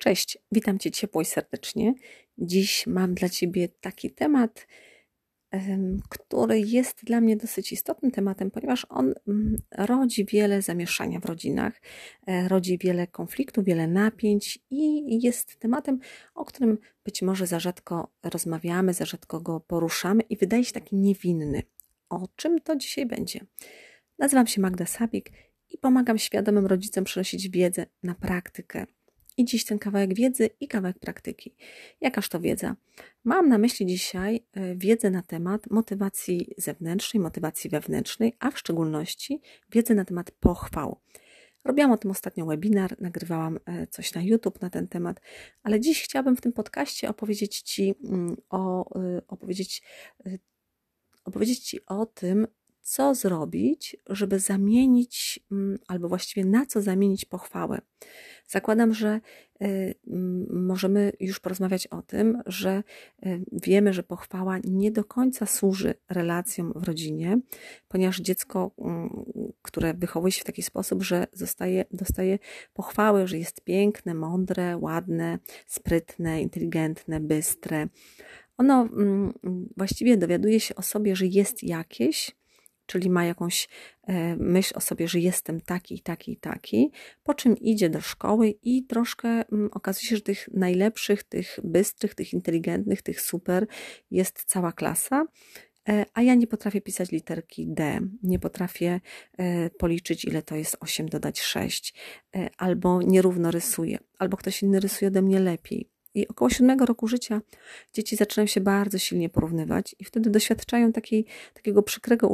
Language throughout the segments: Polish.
Cześć, witam Cię ciepło i serdecznie. Dziś mam dla Ciebie taki temat, który jest dla mnie dosyć istotnym tematem, ponieważ on rodzi wiele zamieszania w rodzinach, rodzi wiele konfliktów, wiele napięć i jest tematem, o którym być może za rzadko rozmawiamy, za rzadko go poruszamy i wydaje się taki niewinny. O czym to dzisiaj będzie? Nazywam się Magda Sabik i pomagam świadomym rodzicom przenosić wiedzę na praktykę. I dziś ten kawałek wiedzy i kawałek praktyki. Jakaż to wiedza? Mam na myśli dzisiaj wiedzę na temat motywacji zewnętrznej, motywacji wewnętrznej, a w szczególności wiedzę na temat pochwał. Robiłam o tym ostatnio webinar, nagrywałam coś na YouTube na ten temat, ale dziś chciałabym w tym podcaście opowiedzieć Ci o tym, co zrobić, żeby zamienić, albo właściwie na co zamienić pochwałę. Zakładam, że możemy już porozmawiać o tym, że wiemy, że pochwała nie do końca służy relacjom w rodzinie, ponieważ dziecko, które wychowuje się w taki sposób, że dostaje pochwały, że jest piękne, mądre, ładne, sprytne, inteligentne, bystre. Ono właściwie dowiaduje się o sobie, że jest jakieś, czyli ma jakąś myśl o sobie, że jestem taki, taki, taki, po czym idzie do szkoły i troszkę okazuje się, że tych najlepszych, tych bystrych, tych inteligentnych, tych super jest cała klasa, a ja nie potrafię pisać literki D, nie potrafię policzyć, ile to jest 8 dodać 6, albo nierówno rysuję, albo ktoś inny rysuje ode mnie lepiej. I około 7 roku życia dzieci zaczynają się bardzo silnie porównywać i wtedy doświadczają takiego przykrego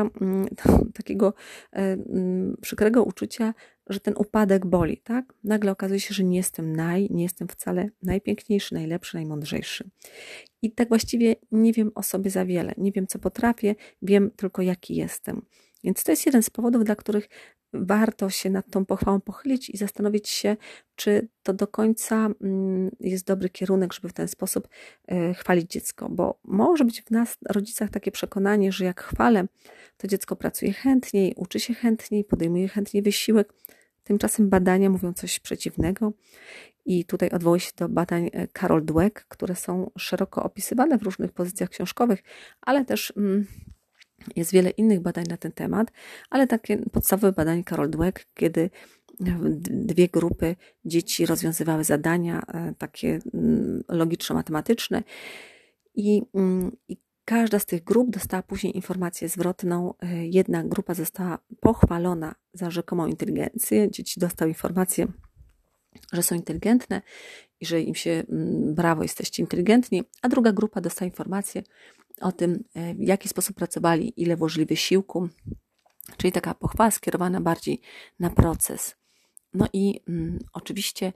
uczucia, że ten upadek boli, tak? Nagle okazuje się, że nie jestem wcale najpiękniejszy, najlepszy, najmądrzejszy. I tak właściwie nie wiem o sobie za wiele, nie wiem, co potrafię, wiem tylko, jaki jestem. Więc to jest jeden z powodów, dla których warto się nad tą pochwałą pochylić i zastanowić się, czy to do końca jest dobry kierunek, żeby w ten sposób chwalić dziecko, bo może być w nas, rodzicach, takie przekonanie, że jak chwalę, to dziecko pracuje chętniej, uczy się chętniej, podejmuje chętniej wysiłek. Tymczasem badania mówią coś przeciwnego i tutaj odwołuję się do badań Carol Dweck, które są szeroko opisywane w różnych pozycjach książkowych, ale też jest wiele innych badań na ten temat, ale takie podstawowe badanie Carol Dweck, kiedy dwie grupy dzieci rozwiązywały zadania takie logiczno-matematyczne i każda z tych grup dostała później informację zwrotną. Jedna grupa została pochwalona za rzekomą inteligencję. Dzieci dostały informację, że są inteligentne i że im się brawo, jesteście inteligentni, a druga grupa dostała informację o tym, w jaki sposób pracowali, ile włożyli wysiłku, czyli taka pochwała skierowana bardziej na proces. No i oczywiście,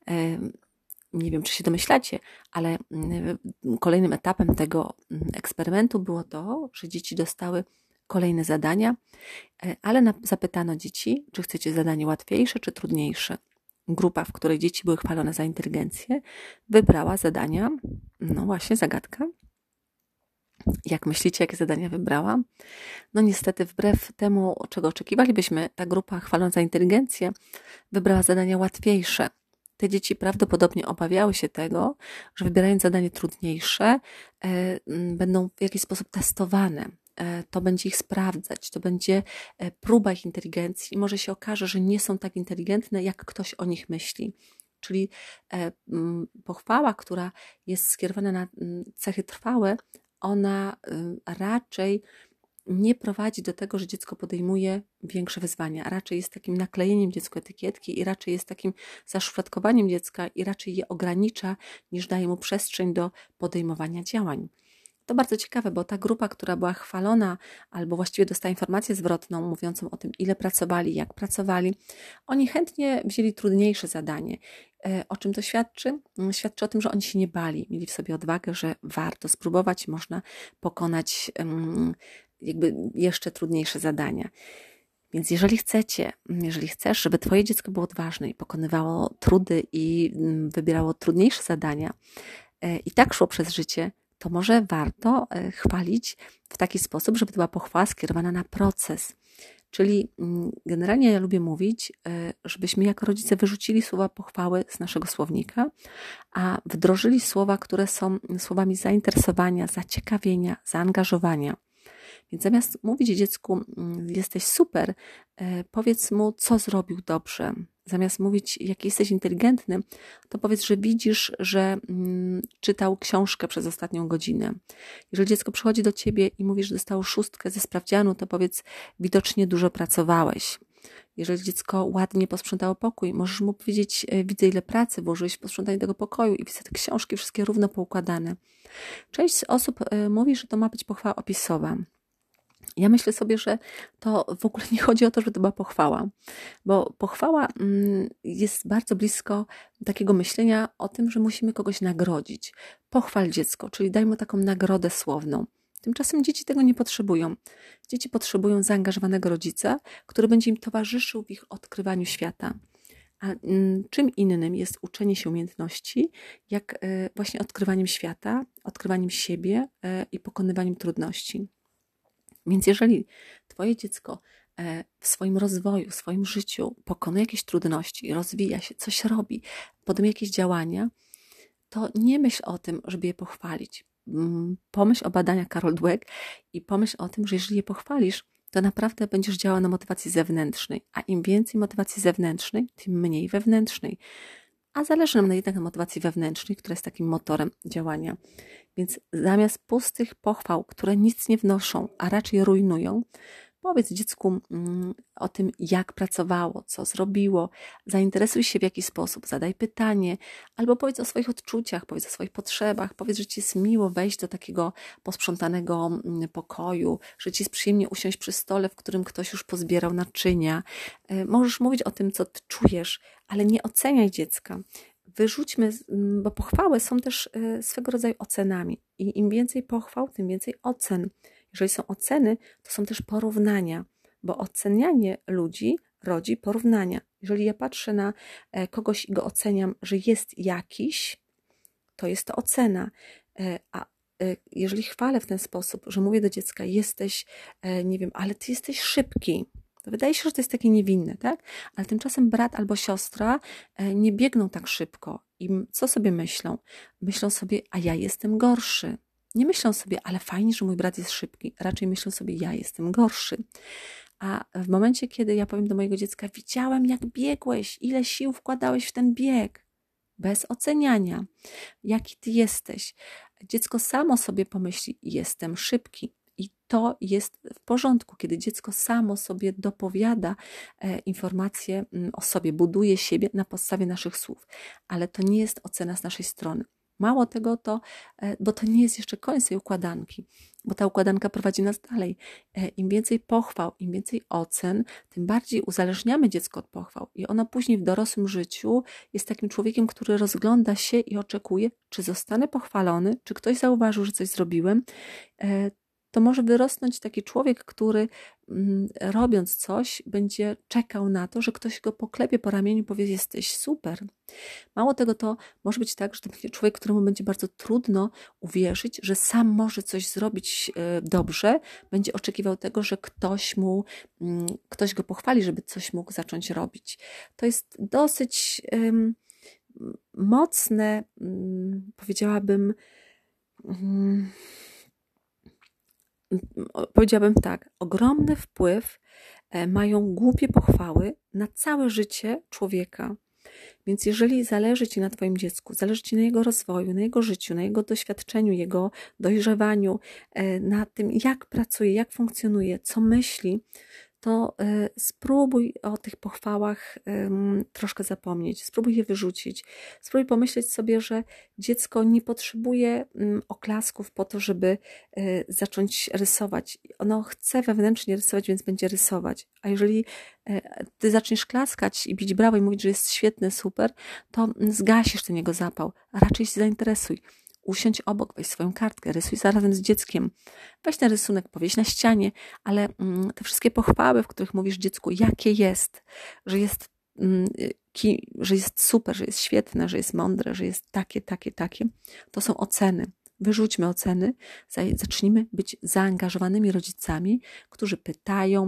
nie wiem, czy się domyślacie, ale kolejnym etapem tego eksperymentu było to, że dzieci dostały kolejne zadania, ale zapytano dzieci, czy chcecie zadanie łatwiejsze, czy trudniejsze. Grupa, w której dzieci były chwalone za inteligencję, wybrała zadania, no właśnie, zagadka. Jak myślicie, jakie zadania wybrała? No niestety, wbrew temu, czego oczekiwalibyśmy, ta grupa chwalona za inteligencję wybrała zadania łatwiejsze. Te dzieci prawdopodobnie obawiały się tego, że wybierając zadanie trudniejsze, będą w jakiś sposób testowane. To będzie ich sprawdzać, to będzie próba ich inteligencji i może się okaże, że nie są tak inteligentne, jak ktoś o nich myśli. Czyli pochwała, która jest skierowana na cechy trwałe, ona raczej nie prowadzi do tego, że dziecko podejmuje większe wyzwania, a raczej jest takim naklejeniem dziecku etykietki i raczej jest takim zaszufladkowaniem dziecka i raczej je ogranicza, niż daje mu przestrzeń do podejmowania działań. To bardzo ciekawe, bo ta grupa, która była chwalona, albo właściwie dostała informację zwrotną mówiącą o tym, ile pracowali, jak pracowali, oni chętnie wzięli trudniejsze zadanie. O czym to świadczy? Świadczy o tym, że oni się nie bali, mieli w sobie odwagę, że warto spróbować, można pokonać jakby jeszcze trudniejsze zadania. Więc jeżeli chcesz, żeby twoje dziecko było odważne i pokonywało trudy i wybierało trudniejsze zadania i tak szło przez życie, to może warto chwalić w taki sposób, żeby to była pochwała skierowana na proces. Czyli generalnie ja lubię mówić, żebyśmy jako rodzice wyrzucili słowa pochwały z naszego słownika, a wdrożyli słowa, które są słowami zainteresowania, zaciekawienia, zaangażowania. Więc zamiast mówić dziecku, jesteś super, powiedz mu, co zrobił dobrze. Zamiast mówić, jaki jesteś inteligentny, to powiedz, że widzisz, że czytał książkę przez ostatnią godzinę. Jeżeli dziecko przychodzi do ciebie i mówisz, że dostało 6 ze sprawdzianu, to powiedz, widocznie dużo pracowałeś. Jeżeli dziecko ładnie posprzątało pokój, możesz mu powiedzieć, widzę ile pracy włożyłeś w posprzątanie tego pokoju i widzę te książki wszystkie równo poukładane. Część z osób mówi, że to ma być pochwała opisowa. Ja myślę sobie, że to w ogóle nie chodzi o to, żeby to była pochwała, bo pochwała jest bardzo blisko takiego myślenia o tym, że musimy kogoś nagrodzić. Pochwal dziecko, czyli daj mu taką nagrodę słowną. Tymczasem dzieci tego nie potrzebują. Dzieci potrzebują zaangażowanego rodzica, który będzie im towarzyszył w ich odkrywaniu świata. A czym innym jest uczenie się umiejętności, jak właśnie odkrywaniem świata, odkrywaniem siebie i pokonywaniem trudności. Więc jeżeli twoje dziecko w swoim rozwoju, w swoim życiu pokonuje jakieś trudności, rozwija się, coś robi, podejmuje jakieś działania, to nie myśl o tym, żeby je pochwalić. Pomyśl o badaniach Carol Dweck i pomyśl o tym, że jeżeli je pochwalisz, to naprawdę będziesz działał na motywacji zewnętrznej, a im więcej motywacji zewnętrznej, tym mniej wewnętrznej. A zależy nam jednak na motywacji wewnętrznej, która jest takim motorem działania. Więc zamiast pustych pochwał, które nic nie wnoszą, a raczej rujnują, powiedz dziecku o tym, jak pracowało, co zrobiło, zainteresuj się w jakiś sposób, zadaj pytanie, albo powiedz o swoich odczuciach, powiedz o swoich potrzebach, powiedz, że ci jest miło wejść do takiego posprzątanego pokoju, że ci jest przyjemnie usiąść przy stole, w którym ktoś już pozbierał naczynia. Możesz mówić o tym, co ty czujesz, ale nie oceniaj dziecka. Wyrzućmy, bo pochwały są też swego rodzaju ocenami i im więcej pochwał, tym więcej ocen. Jeżeli są oceny, to są też porównania, bo ocenianie ludzi rodzi porównania. Jeżeli ja patrzę na kogoś i go oceniam, że jest jakiś, to jest to ocena. A jeżeli chwalę w ten sposób, że mówię do dziecka, jesteś, nie wiem, ale ty jesteś szybki, to wydaje się, że to jest takie niewinne, tak? Ale tymczasem brat albo siostra nie biegną tak szybko. I co sobie myślą? Myślą sobie, a ja jestem gorszy. Nie myślą sobie, ale fajnie, że mój brat jest szybki. Raczej myślą sobie, ja jestem gorszy. A w momencie, kiedy ja powiem do mojego dziecka, widziałem jak biegłeś, ile sił wkładałeś w ten bieg. Bez oceniania. Jaki ty jesteś. Dziecko samo sobie pomyśli, jestem szybki. I to jest w porządku, kiedy dziecko samo sobie dopowiada informacje o sobie, buduje siebie na podstawie naszych słów. Ale to nie jest ocena z naszej strony. Mało tego, bo to nie jest jeszcze koniec tej układanki, bo ta układanka prowadzi nas dalej. Im więcej pochwał, im więcej ocen, tym bardziej uzależniamy dziecko od pochwał. I ono później w dorosłym życiu jest takim człowiekiem, który rozgląda się i oczekuje, czy zostanę pochwalony, czy ktoś zauważył, że coś zrobiłem. To może wyrosnąć taki człowiek, który robiąc coś, będzie czekał na to, że ktoś go poklepie po ramieniu i powie, jesteś super. Mało tego, to może być tak, że to będzie człowiek, któremu będzie bardzo trudno uwierzyć, że sam może coś zrobić dobrze, będzie oczekiwał tego, że ktoś go pochwali, żeby coś mógł zacząć robić. To jest dosyć mocne, powiedziałabym tak, ogromny wpływ mają głupie pochwały na całe życie człowieka. Więc jeżeli zależy ci na twoim dziecku, zależy ci na jego rozwoju, na jego życiu, na jego doświadczeniu, jego dojrzewaniu, na tym, jak pracuje, jak funkcjonuje, co myśli, to spróbuj o tych pochwałach troszkę zapomnieć, spróbuj je wyrzucić, spróbuj pomyśleć sobie, że dziecko nie potrzebuje oklasków po to, żeby zacząć rysować. Ono chce wewnętrznie rysować, więc będzie rysować. A jeżeli ty zaczniesz klaskać i bić brawo i mówić, że jest świetny, super, to zgasisz ten jego zapał, a raczej się zainteresuj. Usiądź obok, weź swoją kartkę, rysuj zarazem z dzieckiem. Weź ten rysunek, powieś na ścianie, ale te wszystkie pochwały, w których mówisz dziecku, jakie jest, że jest super, że jest świetne, że jest mądre, że jest takie, to są oceny. Wyrzućmy oceny, zacznijmy być zaangażowanymi rodzicami, którzy pytają,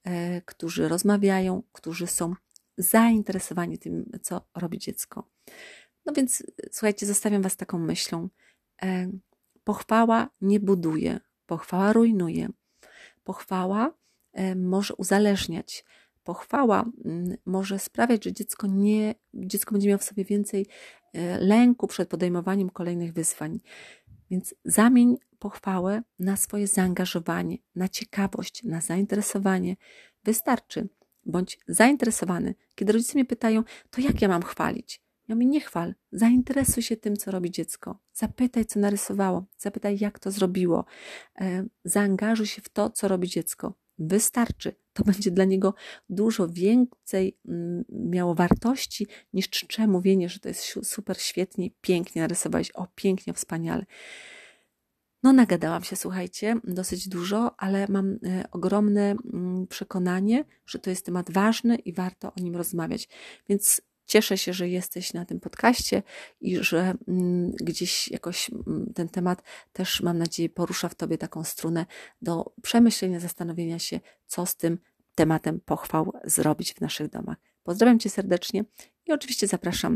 którzy rozmawiają, którzy są zainteresowani tym, co robi dziecko. No więc słuchajcie, zostawiam Was taką myślą. Pochwała nie buduje, pochwała rujnuje. Pochwała może uzależniać. Pochwała może sprawiać, że dziecko będzie miało w sobie więcej lęku przed podejmowaniem kolejnych wyzwań. Więc zamień pochwałę na swoje zaangażowanie, na ciekawość, na zainteresowanie. Wystarczy. Bądź zainteresowany. Kiedy rodzice mnie pytają, to jak ja mam chwalić? Ja mówię, nie chwal, zainteresuj się tym, co robi dziecko. Zapytaj, co narysowało. Zapytaj, jak to zrobiło. Zaangażuj się w to, co robi dziecko. Wystarczy. To będzie dla niego dużo więcej miało wartości niż czcze mówienie, że to jest super, świetnie, pięknie narysowałeś. O, pięknie, wspaniale. No nagadałam się, słuchajcie, dosyć dużo, ale mam ogromne przekonanie, że to jest temat ważny i warto o nim rozmawiać. Więc cieszę się, że jesteś na tym podcaście i że gdzieś jakoś ten temat też, mam nadzieję, porusza w Tobie taką strunę do przemyślenia, zastanowienia się, co z tym tematem pochwał zrobić w naszych domach. Pozdrawiam Cię serdecznie i oczywiście zapraszam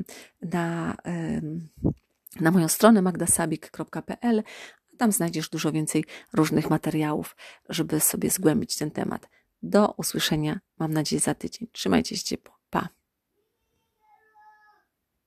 na moją stronę magdasabik.pl. Tam znajdziesz dużo więcej różnych materiałów, żeby sobie zgłębić ten temat. Do usłyszenia, mam nadzieję, za tydzień. Trzymajcie się ciepło.